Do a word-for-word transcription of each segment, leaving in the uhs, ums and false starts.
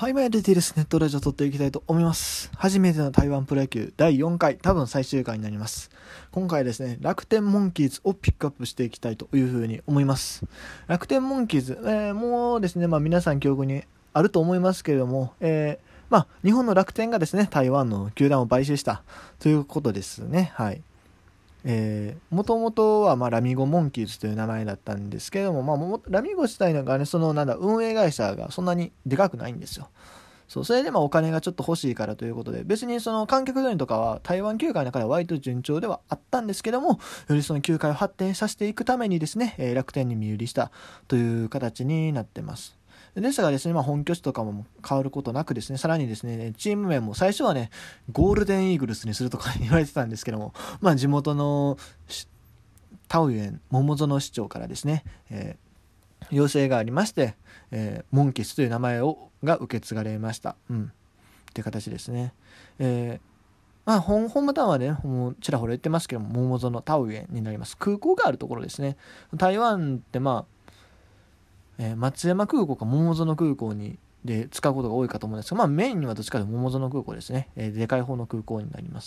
はい、前出ているネットラジオを撮っていきたいと思います。初めての台湾プロ野球だいよんかい、多分最終回になります。今回ですね、楽天モンキーズをピックアップしていきたいというふうに思います。楽天モンキーズ、えー、もうですね、まあ皆さん記憶にあると思いますけれども、えー、まあ日本の楽天がですね、台湾の球団を買収したということですね。はい。えー、もともとはまあラミゴモンキーズという名前だったんですけれども、まあ、もラミゴ自体がね、そのなんだ運営会社がそんなにでかくないんですよ。そう、それでまあお金がちょっと欲しいからということで、別にその観客動員とかは台湾球界の中では割と順調ではあったんですけども、よりその球界を発展させていくためにですね、えー、楽天に身売りしたという形になってます。ですがですね、まあ、本拠地とかも変わることなくですね、さらにですね、チーム名も最初はね、ゴールデンイーグルスにするとか言われてたんですけども、まあ、地元のタオユエン、桃園市長からですね、えー、要請がありまして、えー、モンキスという名前をが受け継がれました。うん。っていう形ですね。えーまあ、本本場タウンはね、もうちらほら言ってますけども、桃園タオユエンになります。空港があるところですね。台湾ってまあ、えー、松山空港か桃園空港にで使うことが多いかと思うんですが、まあ、メインにはどっちかというと桃園空港ですね、えー、でかい方の空港になります。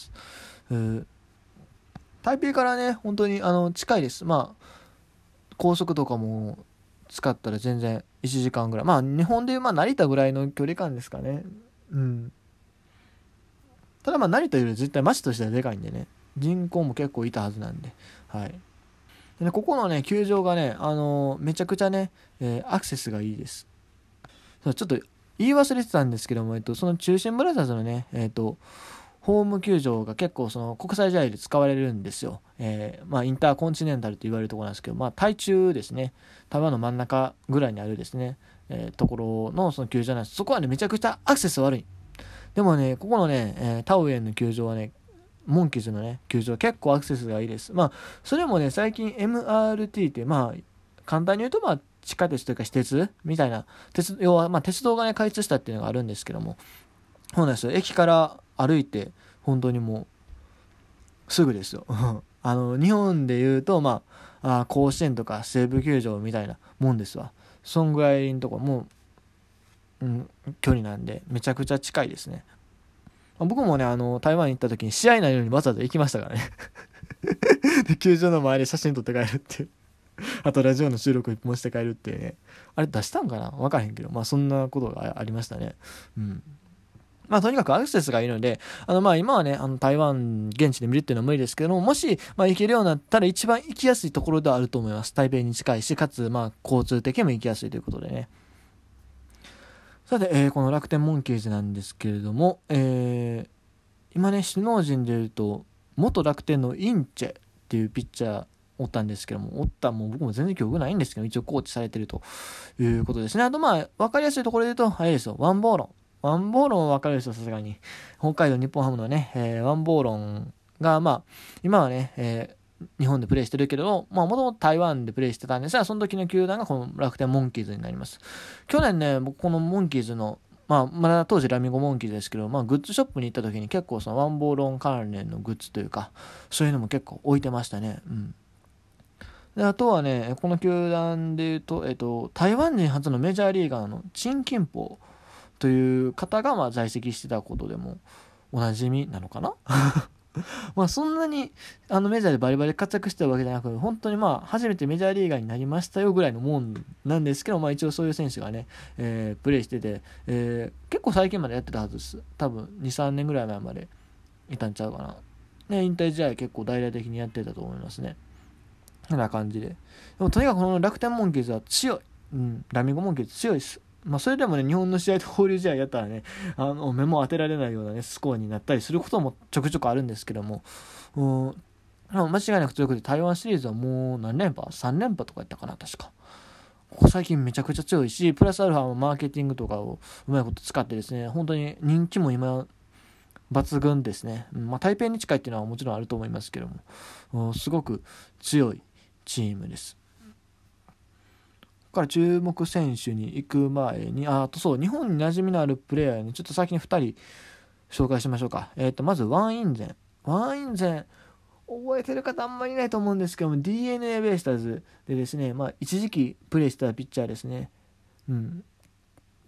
台北からね本当にあの近いです。まあ高速とかも使ったら全然いちじかんぐらい、まあ日本でいうまあ成田ぐらいの距離感ですかね。うん。ただまあ成田より絶対町としてはでかいんでね、人口も結構いたはずなんで、はい。でね、ここのね球場がね、あのー、めちゃくちゃね、えー、アクセスがいいです。ちょっと言い忘れてたんですけども、えっと、その中心ブラザーズのね、えっと、ホーム球場が結構その国際試合で使われるんですよ。えー、まあインターコンチネンタルと言われるところなんですけど、まあ台中ですね、台湾の真ん中ぐらいにあるですね、えー、ところのその球場なんです。そこはね、めちゃくちゃアクセス悪い。でもね、ここのね、えー、タオユエンの球場はね、モンキーズのね、球場は結構アクセスがいいです。まあ、それもね、最近 エムアールティー って、まあ、簡単に言うと、まあ、地下鉄というか私鉄みたいな、鉄、要は、まあ、鉄道がね、開通したっていうのがあるんですけども、そうなんですよ。駅から歩いて、本当にもう、すぐですよ。あの、日本で言うと、まあ、あ甲子園とか西武球場みたいなもんですわ。そんぐらいのところ、もう、うん、距離なんで、めちゃくちゃ近いですね。僕もね、あの、台湾に行った時に試合ないのにわざわざ行きましたからね。で、球場の周りで写真撮って帰るっていう。あとラジオの収録一本して帰るっていうね。あれ出したんかな分からへんけど、まあそんなことがありましたね。うん。まあとにかくアクセスがいいので、あのまあ今はね、あの台湾現地で見るっていうのは無理ですけども、もしまあ行けるようになったら一番行きやすいところではあると思います。台北に近いし、かつまあ交通的にも行きやすいということでね。さて、えー、この楽天モンキーズなんですけれども、えー、今ね、首脳陣でいうと、元楽天のインチェっていうピッチャーおったんですけども、おったもう僕も全然記憶ないんですけど、一応コーチされてるということですね。あとまあ、わかりやすいところで言うと、あれですよ、ワンボーロン。ワンボーロンはわかるですよ、さすがに。北海道日本ハムのね、えー、ワンボーロンが、まあ、今はね、えー日本でプレーしてるけど、まあ、もともと台湾でプレーしてたんですが、その時の球団がこの楽天モンキーズになります。去年ね、僕このモンキーズの、まあ、まだ当時ラミゴモンキーズですけど、まあ、グッズショップに行った時に結構そのワンボーロン関連のグッズというか、そういうのも結構置いてましたね。うん。で、あとはね、この球団で言うと、えっと、台湾人初のメジャーリーガーの陳金宝という方がまあ在籍してたことでもおなじみなのかなまあそんなにあのメジャーでバリバリ活躍してたわけじゃなく、本当にまあ初めてメジャーリーガーになりましたよぐらいのもんなんですけど、まあ一応そういう選手がね、えー、プレーしてて、えー、結構最近までやってたはずです。多分に、さんねんぐらい前までいたんちゃうかな。ね、引退試合結構大々的にやってたと思いますね。こんな感じで。でもとにかくこの楽天モンキーズは強い。うん、ラミゴモンキーズ強いです。まあ、それでもね、日本の試合と交流試合やったらね、あの、目も当てられないようなね、スコアになったりすることもちょくちょくあるんですけども、うん、間違いなく強くて、台湾シリーズはもう何連覇 ?さん 連覇とかやったかな、確か。ここ最近めちゃくちゃ強いし、プラスアルファもマーケティングとかをうまいこと使ってですね、本当に人気も今、抜群ですね。うん、まあ、台北に近いっていうのはもちろんあると思いますけども、うん、すごく強いチームです。から注目選手に行く前に、あとそう、日本に馴染みのあるプレイヤーにちょっと先にふたり紹介しましょうか。えっと、まずワンインゼン。ワンインゼン、覚えてる方あんまりいないと思うんですけども、ディーエヌエー ベイスターズでですね、まあ、一時期プレイしてたピッチャーですね。うん。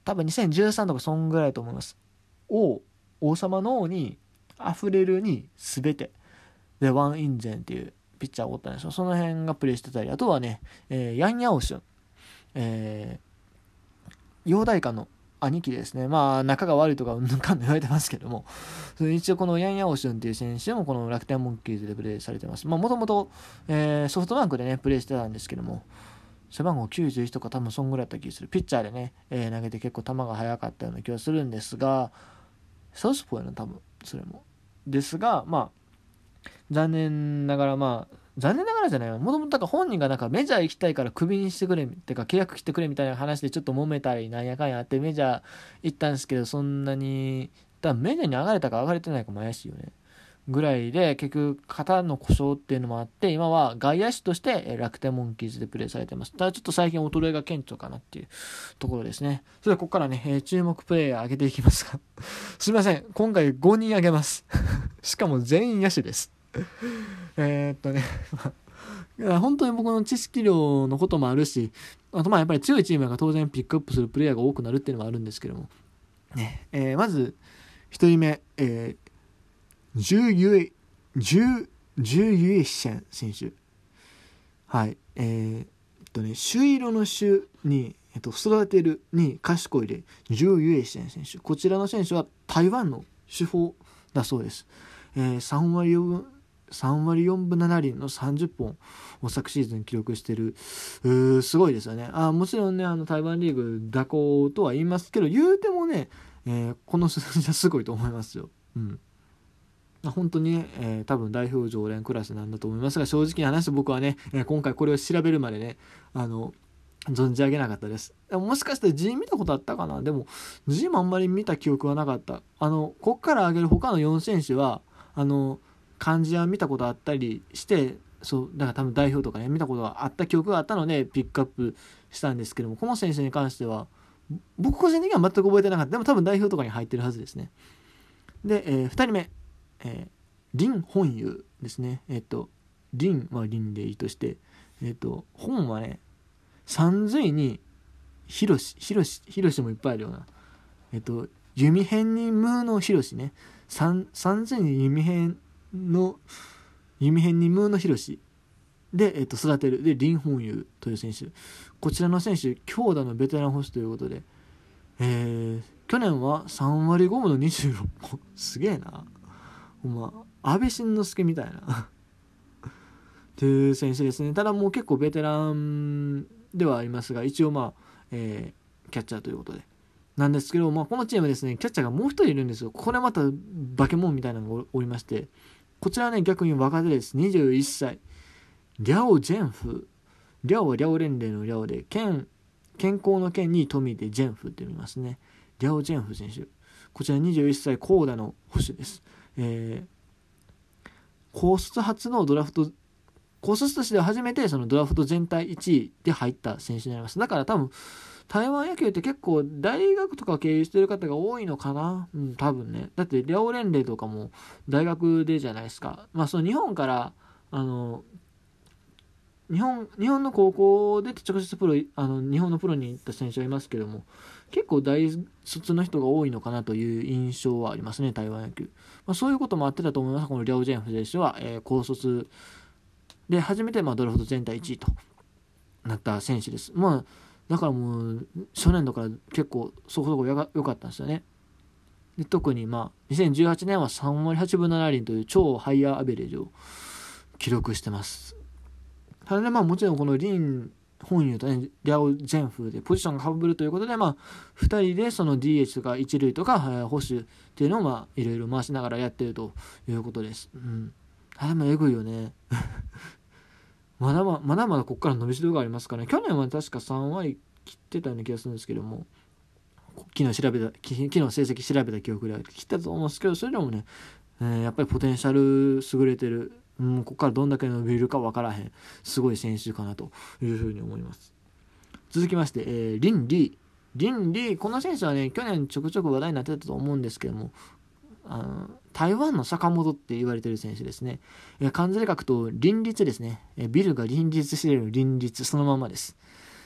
多分にせんじゅうさんとかそんぐらいだと思います。王王様の王に溢れるに全てでワンインゼンっていうピッチャーがおったんですよ。その辺がプレーしてたり、あとはね、えー、ヤンヤオシュン、えー、陽大館の兄貴ですね。まあ仲が悪いとかうんぬんかんぬん言われてますけども、それ一応このヤンヤオシュンっていう選手もこの楽天モンキーズでプレーされてます。まあもともとソフトバンクでねプレーしてたんですけども、背番号きゅうじゅういちとか多分そんぐらいだった気がする。ピッチャーでね、えー、投げて結構球が速かったような気がするんですが、サウスポーやな多分それもですが、まあ残念ながらまあ残念ながらじゃないわ、もともと本人がなんかメジャー行きたいからクビにしてくれってか契約切ってくれみたいな話でちょっと揉めたりなんやかんやあってメジャー行ったんですけど、そんなに多分メジャーに上がれたか上がれてないかも怪しいよねぐらいで、結局肩の故障っていうのもあって今は外野手として楽天モンキーズでプレーされてます。ただちょっと最近衰えが顕著かなっていうところですね。それではここからね、えー、注目プレーヤー上げていきますがすいません、今回ごにん上げますしかも全員野手ですえーっとね本当に僕の知識量のこともあるし、あとまあやっぱり強いチームが当然ピックアップするプレイヤーが多くなるっていうのもあるんですけども、ねえー、まずひとりめ、えー、ジュユエジュジュユエシェン選手、はいえー、っとね朱色の朱に、えっと、育てるに賢いでジュユエシェン選手、こちらの選手は台湾の主砲だそうです。えー、さん割よんぶなな厘のさんじゅっぽんを昨シーズン記録してる。うすごいですよね。あもちろんねあの台湾リーグ蛇行とは言いますけど、言うてもね、えー、この数字はすごいと思いますよ。うん本当にね、えー、多分代表常連クラスなんだと思いますが、正直な話僕はね、えー、今回これを調べるまでねあの存じ上げなかったです。もしかして G 見たことあったかな。でも G もあんまり見た記憶はなかった。あのこっから挙げる他のよん選手はあの漢字は見たことあったりして、そうだから多分代表とかね見たことがあった記憶があったのでピックアップしたんですけども、この選手に関しては僕個人的には全く覚えてなかった。でも多分代表とかに入ってるはずですね。で、えー、ふたりめ、えー、林本優ですね。えっ、ー、と林は林でいいとして、えっ、ー、と本はね三髄にひろしひろしひろしもいっぱいあるような、えっ、ー、と弓辺に無のひろしね、三髄に弓辺の弓辺に無のひろしで、えっと、育てるで林本優という選手、こちらの選手強打のベテラン捕手ということで、えー、去年はさん割ごぶのにじゅうろっぽんすげえな、ほんま安倍晋之助みたいなという選手ですね。ただもう結構ベテランではありますが、一応まあ、えー、キャッチャーということでなんですけど、まあ、このチームですねキャッチャーがもう一人いるんですよ。これまた化け物みたいなのがおりまして、こちらはね逆に若手です。にじゅういっさいリャオ・ジェンフ、リャオはリャオ連盟のリャオで健健康の健に富でジェンフって読みますね。リャオ・ジェンフ選手、こちらにじゅういっさい高打の捕手です。えー、高卒初のドラフト高卒としては初めてそのドラフト全体いちいで入った選手になります。だから多分台湾野球って結構大学とか経由してる方が多いのかな、うん、多分ね。だって両連盟とかも大学でじゃないですか。まあその日本からあの日本日本の高校で直接プロあの日本のプロに行った選手はいますけども、結構大卒の人が多いのかなという印象はありますね、台湾野球。まあ、そういうこともあってたと思います。このリャオ・ジェンフ選手は、えー、高卒で初めてまあドラフト全体いちいとなった選手です。まあだからもう初年度から結構そこそこ良かったんですよね。で特にまあにせんじゅうはちねんはさん割はちぶなな厘という超ハイヤーアベレージを記録してます。ただね、まあもちろんこのリン本優とねリャオ・ジェンフでポジションが被るということで、まあふたりでその ディーエイチ とか一塁とか捕手っていうのをまあいろいろ回しながらやってるということです。うん。あれもエグいよね。まだまだまだまだここから伸びしろがありますからね。去年は確かさん割切ってたような気がするんですけども、昨日調べた昨日成績調べた記憶で切ったと思うんですけど、それでもね、えー、やっぱりポテンシャル優れてる、うん、ここからどんだけ伸びるか分からへんすごい選手かなというふうに思います。続きまして、えー、リン・リーリン・リーこの選手はね去年ちょくちょく話題になってたと思うんですけども、あの台湾の坂本って言われてる選手ですね。えー、漢字で書くと林立ですね。えー、ビルが林立している林立そのままです。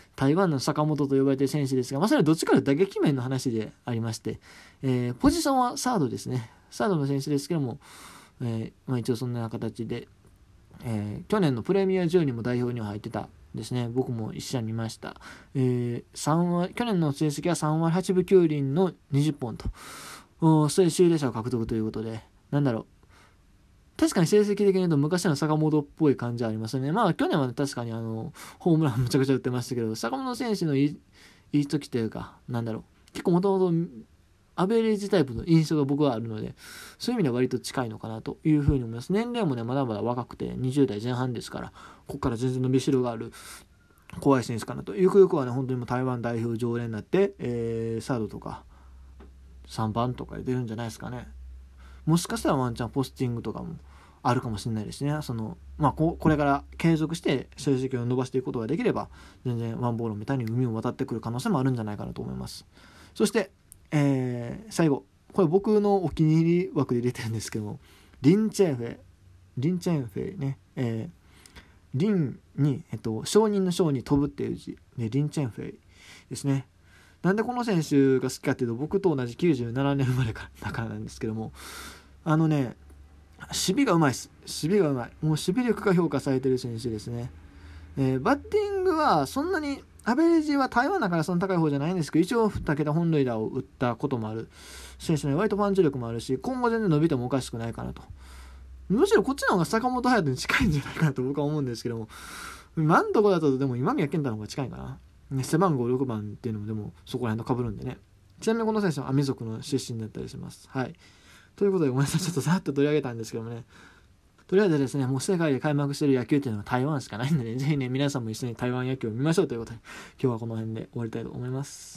台湾の坂本と呼ばれている選手ですが、まあ、それはどっちかというと打撃面の話でありまして、えー、ポジションはサードですね。サードの選手ですけども、えーまあ、一応そんな形で、えー、去年のプレミアじゅうにも代表には入ってたですね。僕も一緒に見ました。えー、さん割去年の成績はさん割はちぶきゅう厘のにじゅっぽんと、そういう首位打者を獲得ということで、なんだろう、確かに成績的に言うと昔の坂本っぽい感じはありますね。まあ去年は、ね、確かにあのホームランむちゃくちゃ打ってましたけど、坂本選手のいい、いい時というか、なんだろう、結構もともとアベレージタイプの印象が僕はあるので、そういう意味では割と近いのかなというふうに思います。年齢もね、まだまだ若くてにじゅう代前半ですから、ここから全然伸びしろがある怖い選手かなと。ゆくゆくはね、本当にもう台湾代表常連になって、えー、サードとかさんばんとかで出るんじゃないですかね。もしかしたらワンチャンポスティングとかもあるかもしれないですね。そのまあ、こ, これから継続して成績を伸ばしていくことができれば、全然ワンボールみたいに海を渡ってくる可能性もあるんじゃないかなと思います。そして、えー、最後、これ僕のお気に入り枠で入れてるんですけども、リンチェンフェイリンチェンフェイね、えー、リンに、えっと、商人の商に飛ぶっていう字で、リンチェンフェイですね。なんでこの選手が好きかっていうと、僕と同じきゅうじゅうななねん生まれからだからなんですけども、あのね、守備がうまいです。守備がうまい。もう守備力が評価されてる選手ですね。えー、バッティングはそんなにアベレージは台湾だからそんな高い方じゃないんですけど、一応に桁本塁打を打ったこともある選手で、割とパンチ力もあるし、今後全然伸びてもおかしくないかなと。むしろこっちの方が坂本勇人に近いんじゃないかなと僕は思うんですけども、今のところだとでも今宮健太の方が近いかな、ね、背番号ろくばんっていうのもでもそこら辺と被るんでね。ちなみにこの選手はアミ族の出身だったりします。はい、ということでごめんなさい、ちょっとざっと取り上げたんですけどもね、とりあえずですね、もう世界で開幕している野球っていうのは台湾しかないんでね、ぜひね皆さんも一緒に台湾野球を見ましょうということで、今日はこの辺で終わりたいと思います。